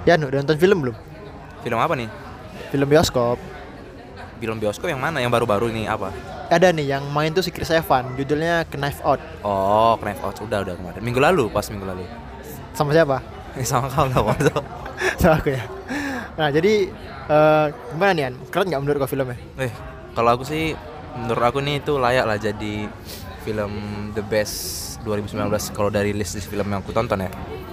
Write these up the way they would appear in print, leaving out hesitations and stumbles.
Ya, udah nonton film belum? Film apa nih? Film bioskop. Film bioskop yang mana? Yang baru-baru ini apa? Ada nih yang main tuh si Chris Evans, judulnya Knife Out. Oh, Knife Out. Udah kemarin. Minggu lalu, pas minggu lalu. Sama siapa? Sama kau lah, Wazo. Sama aku ya. Nah, jadi gimana nih, An? Keren nggak menurut kau filmnya? Kalau aku sih, menurut aku nih itu layak lah jadi film the best 2019 kalau dari list film yang aku tonton ya.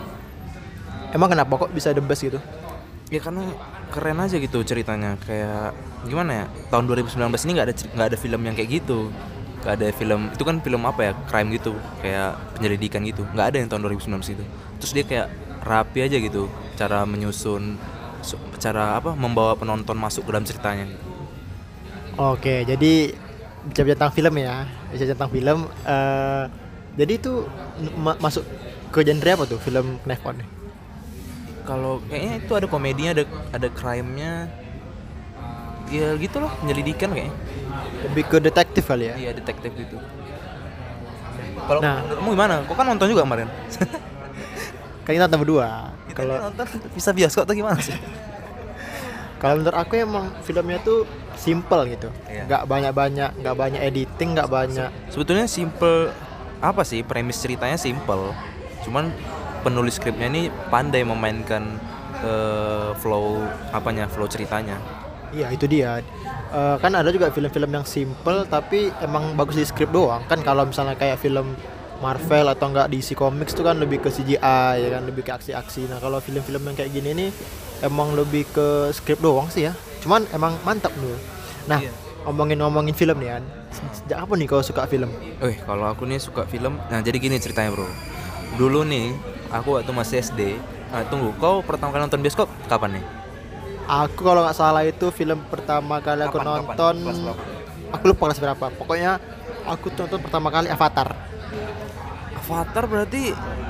Emang kenapa kok bisa the best gitu? Ya karena keren aja gitu ceritanya, kayak gimana ya, tahun 2019 ini nggak ada film yang kayak gitu, nggak ada film itu kan film apa ya, crime gitu, kayak penyelidikan gitu, nggak ada yang tahun 2019 itu. Terus dia kayak rapi aja gitu, cara menyusun, cara apa, membawa penonton masuk ke dalam ceritanya. Oke, jadi bicara tentang film ya, bicara tentang film. Jadi itu masuk ke genre apa tuh film Knife Out nih? Kalau kayaknya itu ada komedinya, ada crime-nya, ya gitu loh, penyelidikan kayaknya. Lebih ke detektif kali ya? Iya, detektif gitu. Kalau Nah, menurutmu gimana? Kok kan nonton juga kemarin? kan kita nonton berdua. Kalau nonton bisa bioskop atau gimana sih? Kalau menurut aku emang filmnya tuh simple gitu, Iya. nggak banyak editing, nggak banyak. Sebetulnya simple, apa sih, premis ceritanya simple. Cuman penulis skripnya ini pandai memainkan flow ceritanya. Iya itu dia. Kan ada juga film-film yang simple tapi emang bagus di skrip doang. Kan kalau misalnya kayak film Marvel atau enggak DC Comics tuh kan lebih ke CGI ya kan, lebih ke aksi-aksi. Nah kalau film-film yang kayak gini nih emang lebih ke skrip doang sih ya. Cuman emang mantap dulu. Nah, Iya. ngomongin film nih kan. Sejak apa nih kau suka film? Kalau aku nih suka film. Nah, jadi gini ceritanya, Bro. Dulu nih, aku waktu masih SD. Tunggu, kau pertama kali nonton bioskop kapan nih? Aku kalau nggak salah itu film pertama kali aku Kapan? nonton. Kelas berapa? Aku lupa kelas berapa. Pokoknya aku nonton pertama kali Avatar. Avatar berarti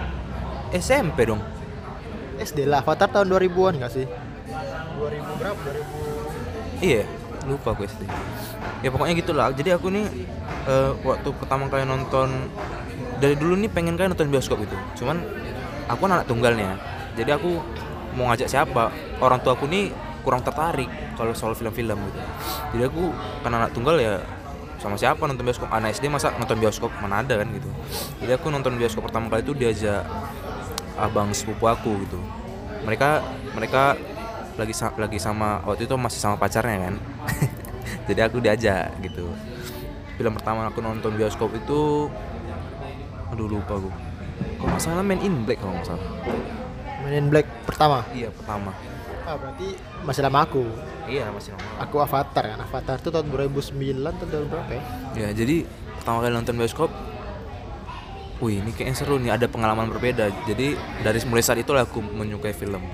SMP dong. SD lah, Avatar tahun 2000-an nggak sih? 2000 berapa? 2000. Iya, lupa aku SD. Ya pokoknya gitulah. Jadi aku nih waktu pertama kali nonton, dari dulu nih pengen kali nonton bioskop itu. Cuman aku kan anak tunggal nih ya. Jadi aku mau ngajak siapa? Orang tua aku nih kurang tertarik kalau soal film-film gitu. Jadi aku kan anak tunggal ya, sama siapa nonton bioskop? Anak SD masa nonton bioskop, mana ada kan gitu. Jadi aku nonton bioskop pertama kali itu diajak abang sepupu aku gitu. Mereka lagi sama, waktu itu masih sama pacarnya kan. Jadi aku diajak gitu. Film pertama aku nonton bioskop itu, aduh lupa gue. Kalau nggak salah Men in Black kalau nggak salah. Men in Black pertama. Iya pertama. Ah, berarti masih lama aku. Iya masih lama. Aku Avatar kan. Avatar itu tahun 2009 atau tahun berapa ya? Ya jadi pertama kali nonton bioskop, wih ini kayaknya seru nih, ada pengalaman berbeda. Jadi dari mulai saat itulah aku menyukai film.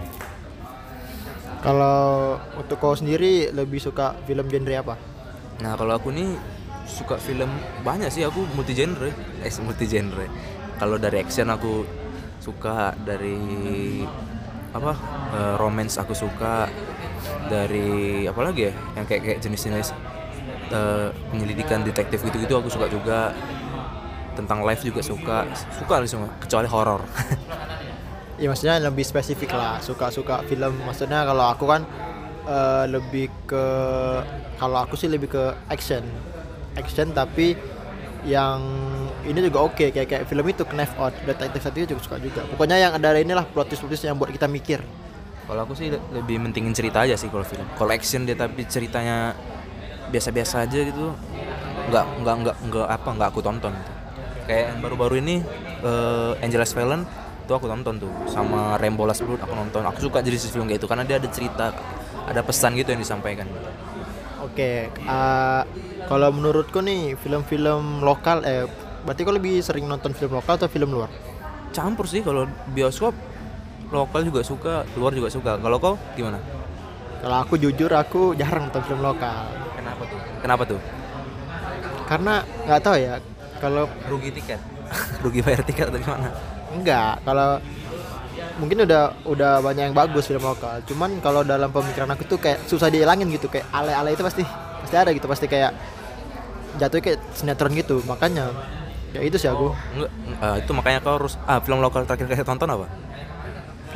Kalau untuk kau sendiri lebih suka film genre apa? Nah kalau aku nih suka film banyak sih, aku multi genre. Kalau dari action aku suka, dari apa, romance aku suka, dari apa lagi ya yang kayak jenis-jenis penyelidikan detektif gitu aku suka juga. Tentang life juga suka lah semua kecuali horor. Ya maksudnya lebih spesifik lah, suka-suka film. Maksudnya kalau aku kan lebih ke, kalau aku sih lebih ke action tapi yang ini juga oke, kayak film itu Knife Out, detektif satu juga suka juga. Pokoknya yang ada inilah plot twist yang buat kita mikir. Kalau aku sih lebih mentingin cerita aja sih kalau film. Kalau action dia tapi ceritanya biasa-biasa aja gitu, nggak aku tonton gitu. Kayak yang baru-baru ini Angelus Fallen itu aku tonton tuh, sama Rainbow Last Blood aku nonton. Aku suka jadi film kayak itu karena dia ada cerita, ada pesan gitu yang disampaikan. Oke, kalau menurutku nih film-film lokal, berarti kau lebih sering nonton film lokal atau film luar? Campur sih, kalau bioskop lokal juga suka, luar juga suka. Kalau kau gimana? Kalau aku jujur aku jarang nonton film lokal. Kenapa tuh? Karena nggak tahu ya. Kalau Rugi tiket, rugi bayar tiket atau gimana? enggak, kalau mungkin udah banyak yang bagus film lokal. Cuman kalau dalam pemikiran aku tuh kayak susah dihilangin gitu, kayak ale-ale itu pasti ada gitu, pasti kayak jatuhnya kayak sinetron gitu. Makanya ya itu sih aku. Enggak, itu makanya kau harus film lokal terakhir kayak tonton apa?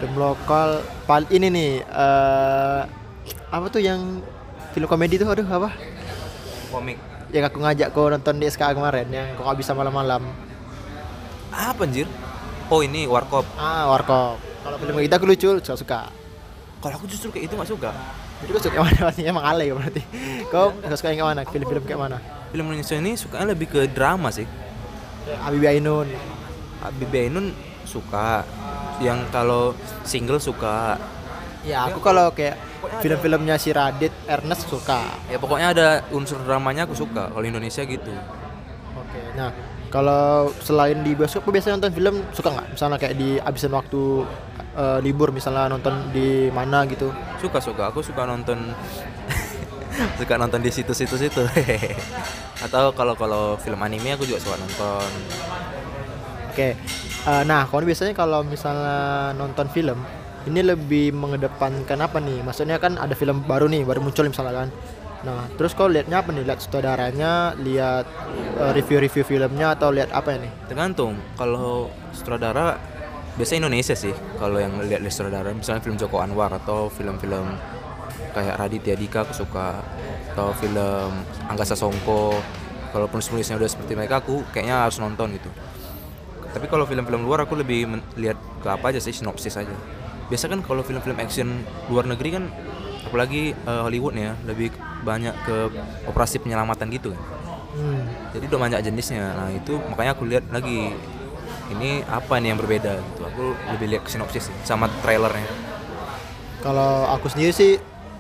Film lokal ini nih apa tuh yang film komedi tuh, aduh apa? Komik. Yang aku ngajak kau nonton di SKA kemarin yang kau nggak bisa malam-malam. Apa anjir? Oh ini Warkop. Warkop. Kalau film kayak gitu aku lucu, suka. Kalau aku justru kayak itu nggak suka. Jadi kau suka yang mana berarti? Emang alay berarti. Kau suka yang kayak mana? Film-film kayak mana? Film Indonesia ini sukanya lebih ke drama sih. Habibie Ainun. Habibie Ainun suka. Yang kalau single suka. Ya aku kalau kayak film-filmnya si Radit, Ernest suka. Ya pokoknya ada unsur dramanya aku suka. Kalau Indonesia gitu. Oke. Nah kalau selain di bioskop, aku biasanya nonton film suka nggak? Misalnya kayak di abisan waktu libur, misalnya nonton di mana gitu. Suka. Aku suka nonton suka nonton di situs-situs itu. Atau kalau film anime aku juga suka nonton. Oke. Nah, kalau biasanya kalau misalnya nonton film, ini lebih mengedepankan apa nih? Maksudnya kan ada film baru nih, baru muncul misalnya kan. Nah, terus kau lihatnya apa nih? Lihat sutradaranya, lihat review-review filmnya, atau lihat apa ini? Tergantung. Kalau sutradara biasanya Indonesia sih. Kalau yang lihat sutradara, misalnya film Joko Anwar atau film-film kayak Raditya Dika aku suka, atau film Angga Sasongko. Kalau penulis-penulisnya udah seperti mereka, aku kayaknya harus nonton gitu. Tapi kalau film-film luar aku lebih lihat ke apa aja sih, sinopsis aja. Biasa kan kalau film-film action luar negeri kan, apalagi Hollywood ya, lebih banyak ke operasi penyelamatan gitu kan. Jadi udah banyak jenisnya. Nah itu makanya aku lihat lagi ini apa nih yang berbeda gitu. Aku lebih lihat ke sinopsis sih, sama trailernya. Kalau aku sendiri sih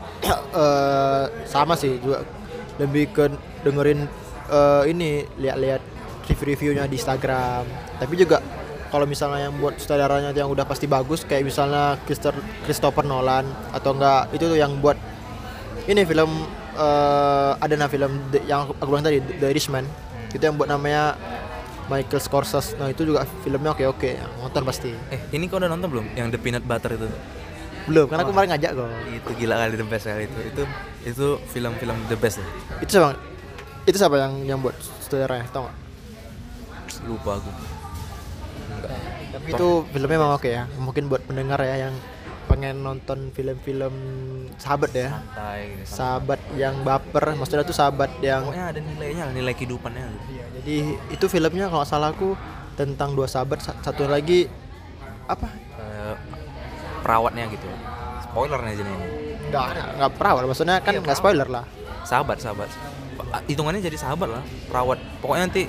sama sih, juga lebih ke dengerin ini, lihat-lihat review-reviewnya di Instagram. Tapi juga kalau misalnya yang buat sutradaranya yang udah pasti bagus, kayak misalnya Christopher Nolan, atau enggak itu tuh yang buat ini film ada film yang aku bilang tadi, The Irishman. Itu yang buat namanya Michael Scorsese. Nah itu juga filmnya oke, nonton pasti. Ini kau udah nonton belum yang The Peanut Butter itu? Belum, karena aku kemarin ngajak kok. Itu gila kali, the best kali itu film-film the best ya. Itu siapa yang buat sutradaranya, tau nggak? Lupa aku. Enggak. Tapi itu filmnya memang oke ya. Mungkin buat pendengar ya yang pengen nonton film-film sahabat ya. Santai. Sahabat yang baper, maksudnya tuh sahabat yang pokoknya ada nilainya, nilai kehidupannya. Iya, jadi itu filmnya kalau salah aku tentang dua sahabat, satu lagi apa? Perawatnya gitu. Spoilernya jadi ini. Enggak perawat, maksudnya kan enggak spoiler lah. Sahabat. Hitungannya jadi sahabat lah, perawat. Pokoknya nanti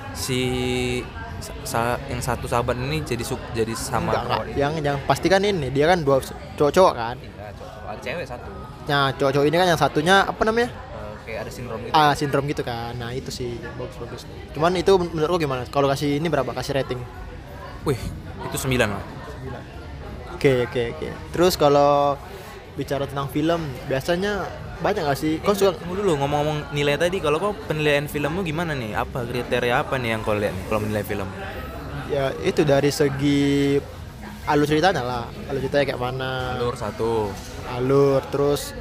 yang satu sahabat ini jadi sama perawat. Yang pasti kan ini dia kan dua cowok kan? Iya, cowok. Ada cewek satu. Nah, cowok ini kan yang satunya apa namanya? Kayak ada sindrom gitu. Sindrom gitu kan. Nah, itu sih bagus. Cuman itu menurut lo gimana? Kalau kasih ini berapa? Kasih rating? Wih, itu 9 lah. Oke. Terus kalau bicara tentang film, biasanya banyak gak sih? Kau suka? Tunggu dulu, ngomong-ngomong nilai tadi. Kalau kau penilaian filmmu gimana nih? Apa kriteria apa nih yang kau lihat nih kalau menilai film? Ya itu dari segi alur ceritanya lah. Alur ceritanya kayak mana? Alur satu. Terus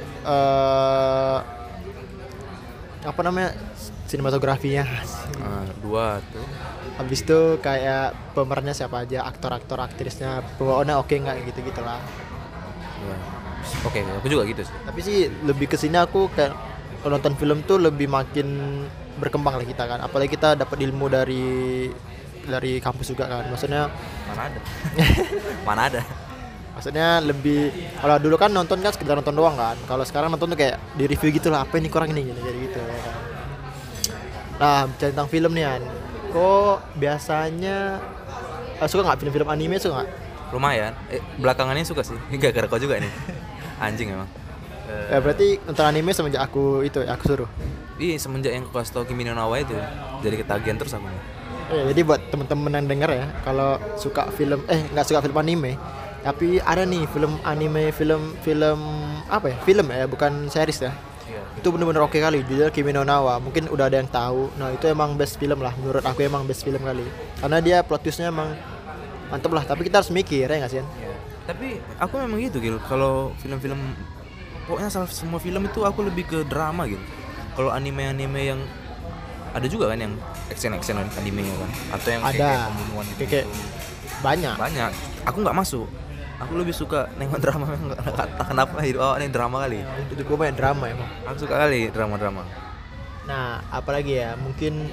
apa namanya? Sinematografinya. 2 tuh. Habis itu kayak pemerannya siapa aja, aktor-aktor, aktrisnya, bawaannya oke nggak gitu-gitulah. Ya. Oke, aku juga gitu sih. Tapi sih lebih ke sini aku kayak kalau nonton film tuh lebih makin berkembang lah kita kan. Apalagi kita dapat ilmu dari kampus juga kan. Maksudnya Mana ada. Maksudnya lebih, kalau dulu kan nonton kan sekedar nonton doang kan. Kalau sekarang nonton tuh kayak di review gitu lah, apa ini kurang ini gitu ya kan. Nah, bicara tentang film nih kan. Kok biasanya suka nggak film-film anime, suka nggak? Lumayan. Belakangannya suka sih. Gara-gara kau juga nih. Anjing emang. Berarti nonton anime semenjak aku suruh. Iya, semenjak yang aku kasih tau Kimi no Na wa itu, jadi ketagihan terus aku. Jadi buat temen-temen yang denger ya, kalau suka film nggak suka film anime, tapi ada nih film anime, film apa ya? Film ya, bukan series ya. Itu bener-bener oke kali, judulnya Kimi no Na wa. Mungkin udah ada yang tahu. Nah itu emang best film lah, menurut aku emang best film kali. Karena dia plot twistnya emang mantep lah. Tapi kita harus mikir ya nggak sih? Tapi aku memang gitu Gil. Kalau film-film, pokoknya semua film itu aku lebih ke drama gitu. Kalau anime-anime yang ada juga kan yang action anime kan, atau yang ada kayak pembunuhan gitu. kayak banyak. Aku nggak masuk. Aku lebih suka nengok drama. Entah kenapa hidup awak nih drama kali. Itu gue main drama emang. Aku suka kali drama-drama. Nah, apalagi ya? Mungkin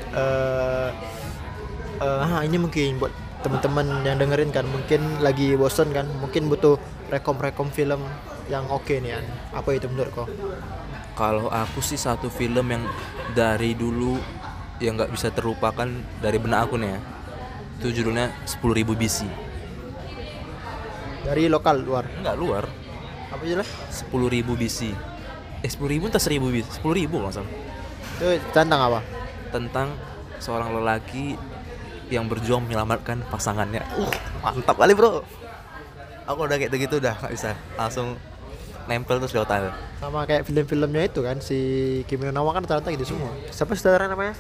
ini mungkin buat teman-teman yang dengerin kan, mungkin lagi bosen kan, mungkin butuh rekom film yang oke nih kan. Apa itu menurut kau? Kalau aku sih satu film yang dari dulu yang nggak bisa terlupakan dari benak aku nih ya. Itu judulnya 10.000 BC. Dari lokal luar? Enggak luar. Apa jelas? 10.000 BC. 10.000 entah 1.000 BC. 10.000 kalau nggak salah. Itu tentang apa? Tentang seorang lelaki yang berjuang menyelamatkan pasangannya. Mantap kali bro. Aku udah kayak gitu udah nggak bisa, langsung nempel terus di otak. Sama kayak film-filmnya itu kan, si Kimi no Na wa kan ternyata gitu semua. Siapa saudara namanya?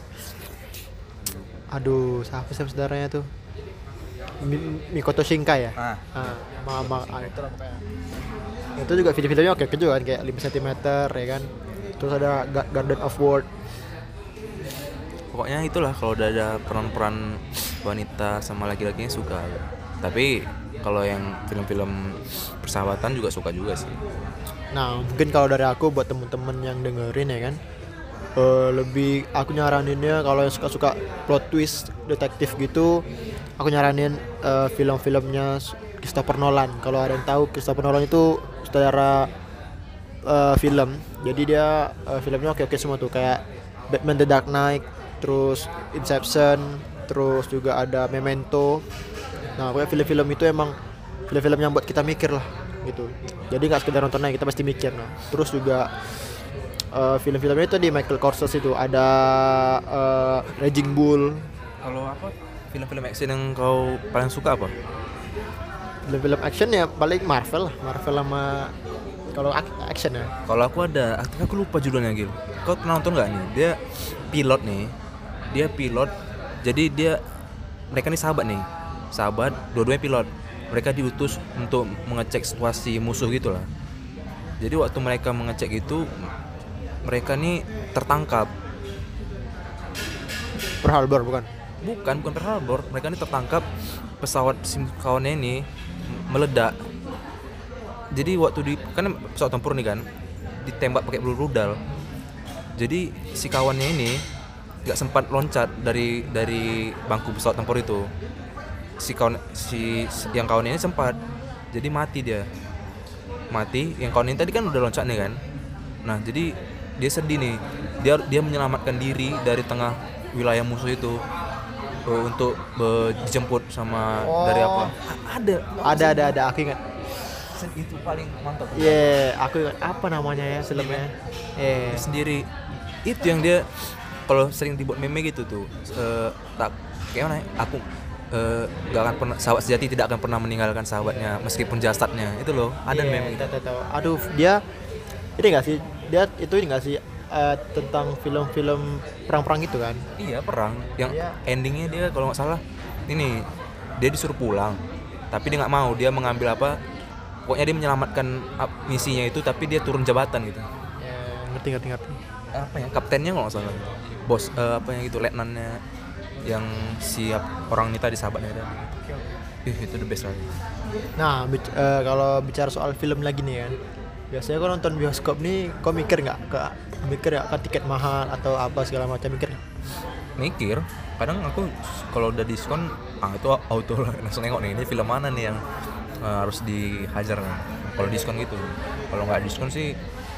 Aduh, siapa saudaranya tuh? Mikoto Shinkai ya? Mama itu lah pokoknya. Itu juga video-videonya oke juga kan, kayak 5 cm ya kan. Terus ada Garden of World. Pokoknya itulah, kalau udah ada peran-peran wanita sama laki-lakinya suka. Tapi kalau yang film-film persahabatan juga suka juga sih. Nah, mungkin kalau dari aku buat temen-temen yang dengerin ya kan, lebih aku nyaraninnya kalau yang suka-suka plot twist detektif gitu, aku nyaranin film-filmnya Christopher Nolan. Kalau ada yang tahu, Christopher Nolan itu sutradara film. Jadi dia filmnya oke-oke semua tuh, kayak Batman The Dark Knight, terus Inception, terus juga ada Memento. Nah, pokoknya film-film itu emang film-film yang buat kita mikir lah gitu. Jadi nggak sekedar nonton aja, kita pasti mikir. Nah, terus juga film-filmnya itu di Michael Korsas itu ada Raging Bull. Kalau apa film-film action yang kau paling suka apa? Film-film action ya paling Marvel sama kalau action ya. Kalau aku ada, aku lupa judulnya Gil. Kau pernah nonton nggak nih? Dia pilot nih. Dia pilot. Jadi mereka nih sahabat, dua-duanya pilot. Mereka diutus untuk mengecek situasi musuh gitu lah. Jadi waktu mereka mengecek itu, mereka nih tertangkap. Pearl Harbor bukan? Bukan Pearl Harbor. Mereka nih tertangkap, pesawat kawannya ini meledak. Jadi waktu kan pesawat tempur nih kan, ditembak pakai peluru rudal. Jadi si kawannya ini nggak sempat loncat dari bangku pesawat tempur itu. Yang kawan ini sempat, jadi mati dia. Yang kawan ini tadi kan udah loncat nih kan. Nah jadi dia sedih nih. Dia menyelamatkan diri dari tengah wilayah musuh itu untuk dijemput sama dari apa? Ada aku ingat. Itu paling mantap. Aku ingat apa namanya ya filmnya. Sendiri itu yang dia kalau sering dibuat meme gitu tuh. Tak kayak mana? Aku gak akan pernah, sahabat sejati tidak akan pernah meninggalkan sahabatnya meskipun jasadnya. Itu loh, ada meme gitu. Aduh, dia ini enggak sih? Dia itu enggak sih tentang film-film perang-perang gitu kan? Iya, perang. Yang endingnya dia kalau nggak salah ini dia disuruh pulang, tapi dia nggak mau. Dia mengambil apa? Pokoknya dia menyelamatkan misinya itu, tapi dia turun jabatan gitu. Ngerti. Apa ya? Kaptennya kalau nggak salah. Bos apa yang gitu, letnannya yang siap orang ini tadi sahabatnya tadi. Itu the best lagi. Nah, kalau bicara soal film lagi nih kan, biasanya kau nonton bioskop nih, kau mikir nggak ke tiket mahal atau apa segala macam, mikir. Kadang aku kalau udah diskon itu auto lah langsung nengok nih, ini film mana nih yang harus dihajar nih kalau diskon gitu. Kalau nggak diskon sih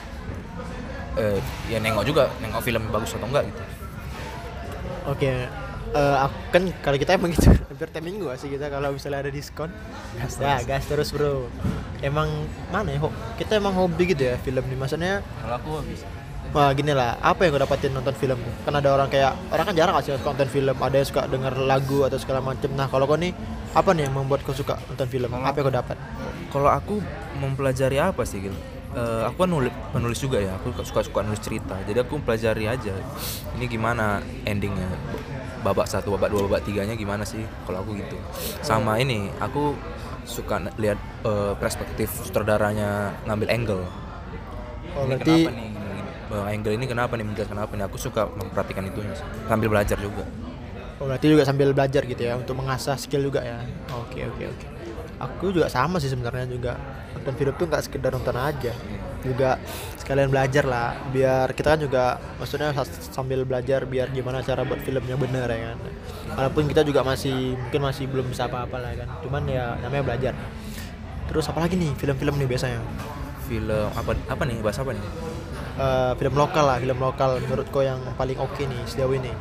ya nengok film bagus atau enggak gitu. Oke. Aku kan kalau kita emang gitu hampir tiap minggu sih kita kalau misalnya ada diskon gas terus bro. Emang mana ya, kita emang hobi gitu ya film nih, maksudnya Kalau aku habis gini lah, apa yang gue dapatin nonton film tuh? Kan ada orang kan jarang sih nonton film, ada yang suka denger lagu atau segala macem. Nah kalau kau nih, apa nih yang membuat kau suka nonton film? Apa yang kau dapat? Kalau aku mempelajari apa sih gitu? Aku kan penulis juga ya, aku suka nulis cerita. Jadi aku pelajari aja ini gimana endingnya, babak 1, babak 2, babak 3-nya gimana sih kalau aku gitu. Sama ini aku suka lihat perspektif sutradaranya ngambil angle. Berarti Kenapa nih angle ini kenapa nih, menjelaskan apa nih, aku suka memperhatikan itu sambil belajar juga. berarti juga sambil belajar gitu ya, untuk mengasah skill juga ya. Oke. Aku juga sama sih sebenarnya juga. Nonton film tuh nggak sekedar nonton aja, juga sekalian belajar lah. Biar kita kan juga, maksudnya sambil belajar biar gimana cara buat filmnya bener ya kan. Walaupun kita juga mungkin masih belum bisa apa-apa lah kan. Cuman ya namanya belajar. Terus apa lagi nih film-film nih biasanya? Film apa nih, bahas apa nih? Film lokal lah, film lokal menurutku yang paling oke nih sejauh ini.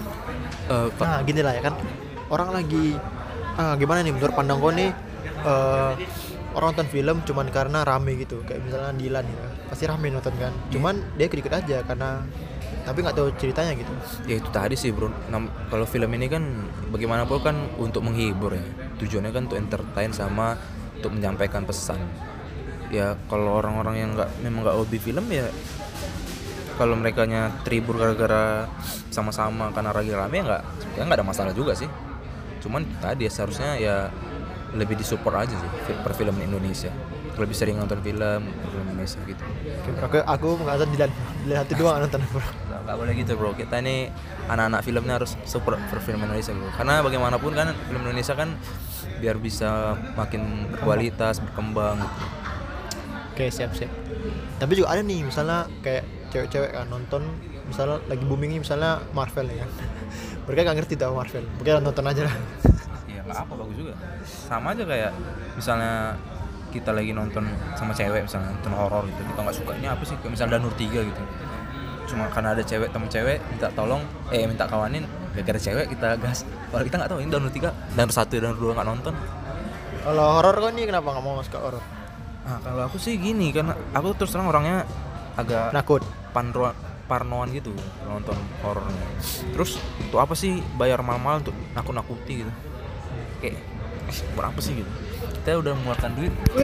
Nah gini lah ya kan, orang lagi gimana nih menurut pandang kau nih, orang nonton film cuman karena rame gitu, kayak misalnya Dilan ya, pasti rame nonton kan, cuman dia ikut-ikut aja karena, tapi nggak tahu ceritanya gitu. Ya itu tadi sih bro, kalau film ini kan bagaimanapun kan untuk menghibur ya, tujuannya kan untuk entertain sama untuk menyampaikan pesan. Ya kalau orang-orang yang memang nggak hobi film ya, kalau mereka terhibur gara-gara sama-sama karena lagi rame ya nggak ada masalah juga sih. Cuman tadi ya, seharusnya ya lebih disupport aja sih perfilman Indonesia, lebih sering nonton film Indonesia gitu. Aku nggak nonton Dilan satu doang nonton bro. Nggak boleh gitu bro, kita ini anak-anak filmnya harus support perfilman Indonesia bro, karena bagaimanapun kan film Indonesia kan biar bisa makin berkualitas, berkembang gitu. Oke, siap. Tapi juga ada nih misalnya kayak cewek-cewek kan nonton, misalnya lagi booming misalnya Marvel ya kan. Mereka nggak ngerti tau Marvel, mereka nonton aja lah. Iya nggak apa, bagus juga. Sama aja kayak misalnya kita lagi nonton sama cewek, misalnya nonton horor gitu, kita nggak suka ini apa sih, kayak misalnya Danur 3 gitu, cuma karena ada temen cewek minta tolong, minta kawanin, gara-gara cewek kita gas. Kalau kita nggak tahu ini Danur 3, Danur 1, Danur 2 nggak nonton. Kalau horor kok nih kenapa nggak mau suka horor? Nah kalau aku sih gini, karena aku terus terang orangnya agak Nakut. parnoan gitu nonton horornya. Terus untuk apa sih bayar mahal-mahal untuk nakut-nakuti gitu, kayak buat apa sih gitu. Kita udah mengeluarkan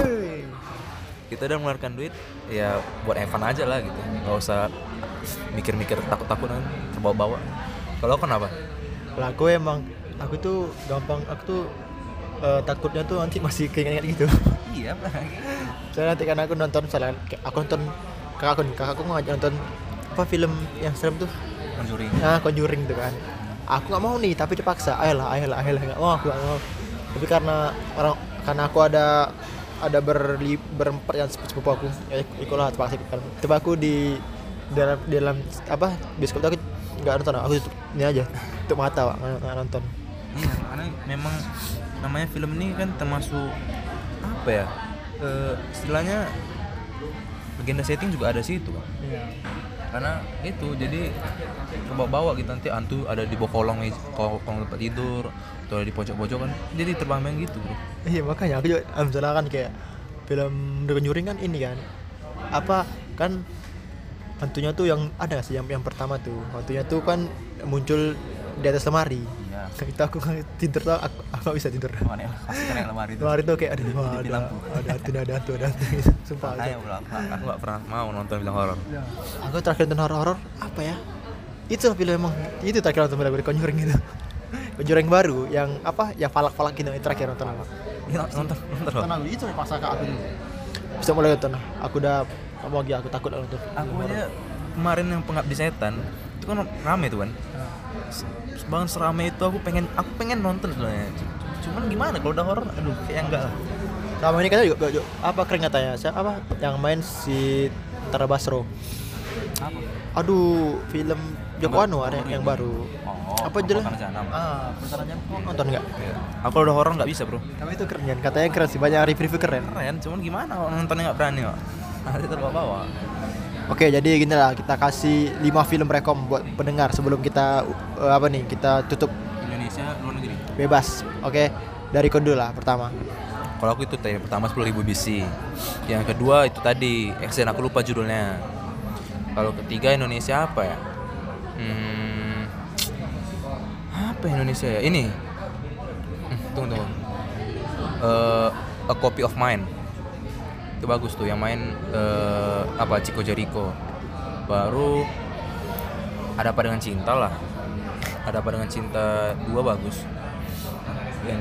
duit ya buat Evan aja lah gitu, nggak usah mikir-mikir takut-takut kan terbawa-bawa. Kalau kenapa? Kalau aku tuh gampang, aku tuh takutnya tuh nanti masih keinget gitu. Iya Soalnya nanti kan aku nonton, misalnya aku nonton kakakku ngajak nonton apa film yang serem tuh, Conjuring tuh kan. Aku nggak mau nih, tapi dipaksa, ayolah nggak mau, aku nggak mau. Tapi karena aku ada berempat yang sepupu aku, ya ikutlah terpaksa kan. Coba aku di dalam apa bioskop tuh aku nggak nonton, aku tutup ini aja, tutup mata nggak nonton. Iya, karena memang namanya film ini kan termasuk apa ya, istilahnya legenda setting juga ada sih itu. Iya. Karena itu jadi terbawa-bawa gitu, nanti hantu ada di bawah kolong tempat tidur atau di pojok-pojok kan, jadi terbang-bang gitu bro. Iya makanya aku juga misalnya kan kayak film The Conjuring kan ini kan apa kan hantunya tuh yang ada nggak sih yang pertama tuh, hantunya tuh kan muncul di atas lemari. Iya. Itu aku tidur tuh, aku nggak bisa tidur. Mana pasti kan yang lemari itu. Lemari tuh kayak ada lampu. ada hantu gitu. Sumpah. Aku nggak pernah mau nonton film horor. Aku terakhir nonton horor apa ya? Itu film emang itu terakhir nonton film Conjuring gitu. Conjuring baru yang apa? Yang falak-falak gitu, itu terakhir nonton apa? Iya, nonton. Aku itu paksa ke aku dulu. Bisa mulai nonton. Aku udah mau lagi, aku takut nonton. Aku aja kemarin yang Pengabdi Setan itu kan rame tuh kan. Banget serame itu aku pengen nonton sebenarnya. Cuman gimana kalau udah horor, aduh kayak enggak lah. Sama ini katanya juga apa keren katanya, apa yang main si Tara Basro. Apa? Aduh, film Joko Anwar yang baru. Apa jelas? Pertaranya nonton enggak? Ya. Aku udah horor enggak bisa, bro. Tapi itu keren kan? Katanya keren sih, banyak review keren. Keren, cuman gimana kalau nontonnya enggak berani kok. Nanti terbawa-bawa. Oke, jadi gini lah, kita kasih 5 film rekom buat pendengar sebelum kita kita tutup. Indonesia, luar negeri. Bebas. Oke, dari Kondo lah pertama. Kalau aku itu tadi pertama 10.000 BC. Yang kedua itu tadi Exen, aku lupa judulnya. Kalau ketiga Indonesia apa ya? Apa Indonesia ya? Ini. Tunggu. A Copy of Mine. Itu bagus tuh, yang main Chico Jericho. Baru Ada Apa Dengan Cinta lah. Ada Apa Dengan Cinta 2 bagus. Yang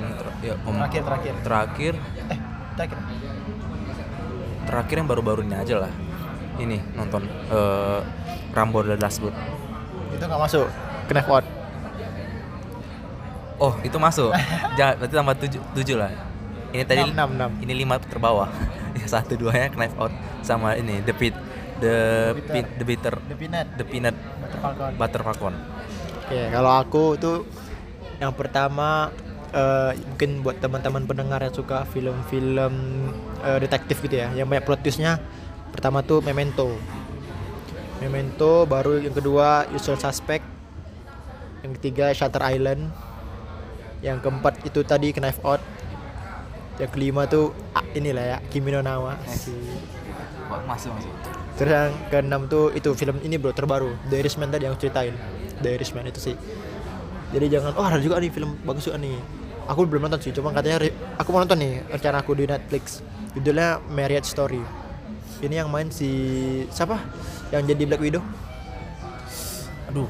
terakhir yang baru-baru ini aja lah. Ini nonton Rambo The Last Blood. Itu nggak masuk, Knife Out. Oh itu masuk. Berarti tambah 7 lah. Ini tadi 6. ini 5 terbawah. Yang 1 2-nya Knife Out sama ini The Bitter The Peanut Butter Falcon. Oke, kalau aku tuh yang pertama mungkin buat teman-teman pendengar yang suka film-film detektif gitu ya, yang banyak plot twistnya. Pertama tuh Memento, baru yang kedua Usual Suspect, yang ketiga Shutter Island, yang keempat itu tadi Knife Out, yang kelima tuh inilah ya Kimi no Na wa. Masuk. Terus yang keenam tuh itu film ini bro terbaru The Irishman tadi yang ceritain. The Irishman itu sih. Jadi jangan ada juga nih film bagus juga nih. Aku belum nonton sih, cuma katanya aku mau nonton nih rencana aku di Netflix. Judulnya Marriage Story. Ini yang main si siapa? Yang jadi Black Widow? Aduh.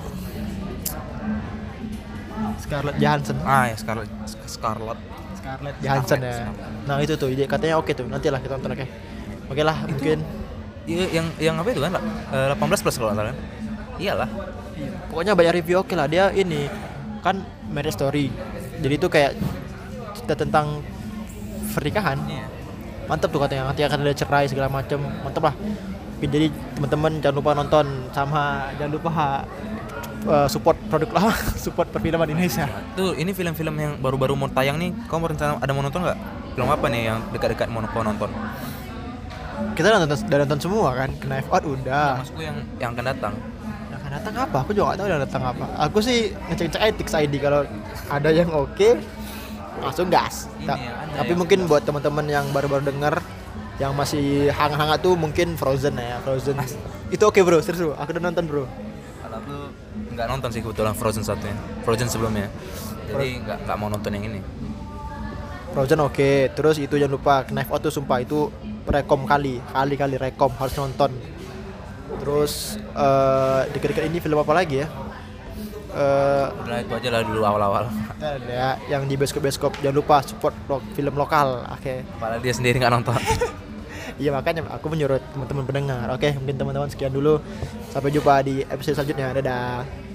Scarlett Johansson. Ya Scarlett Johansson ya. Nah itu tuh katanya oke tuh. Nantilah kita nonton oke. Oke lah itu, mungkin. Iya yang apa itu kan? 18 plus kalau nggak salah. Iyalah. Pokoknya banyak review oke lah. Dia ini kan Marriage Story. Jadi itu kayak cerita tentang pernikahan. Iya. Mantep tuh katanya. Nanti akan ada cerai segala macam. Mantep lah. Jadi teman-teman jangan lupa nonton, sama jangan lupa support produk lama, support perfilman Indonesia. Tuh ini film-film yang baru-baru mau tayang nih, kamu rencana ada mau nonton nggak? Film apa nih yang dekat-dekat mau nonton? Kita udah nonton semua kan, Knife Out udah. Maksudku yang akan datang. Yang akan datang apa? Aku juga nggak tahu yang datang apa. Aku sih ngecek Etix ID kalau ada yang oke, langsung gas. Tapi mungkin buat teman-teman yang baru-baru denger, yang masih hangat-hangat tuh mungkin Frozen ya, Frozen. Itu oke bro, serius bro. Aku udah nonton bro. Kalau aku nggak nonton sih kebetulan Frozen satunya, Frozen sebelumnya. Jadi nggak mau nonton yang ini. Frozen oke. Terus itu jangan lupa Knife Out tuh sumpah itu rekom kali rekom harus nonton. Terus deket-deket ini film apa lagi ya? Udah itu aja lah dulu awal-awal. Ya, yang di bioskop jangan lupa support film lokal. Oke. Padahal dia sendiri nggak nonton. Iya makanya aku menyuruh teman-teman pendengar. Oke, mungkin teman-teman sekian dulu. Sampai jumpa di episode selanjutnya. Dadah.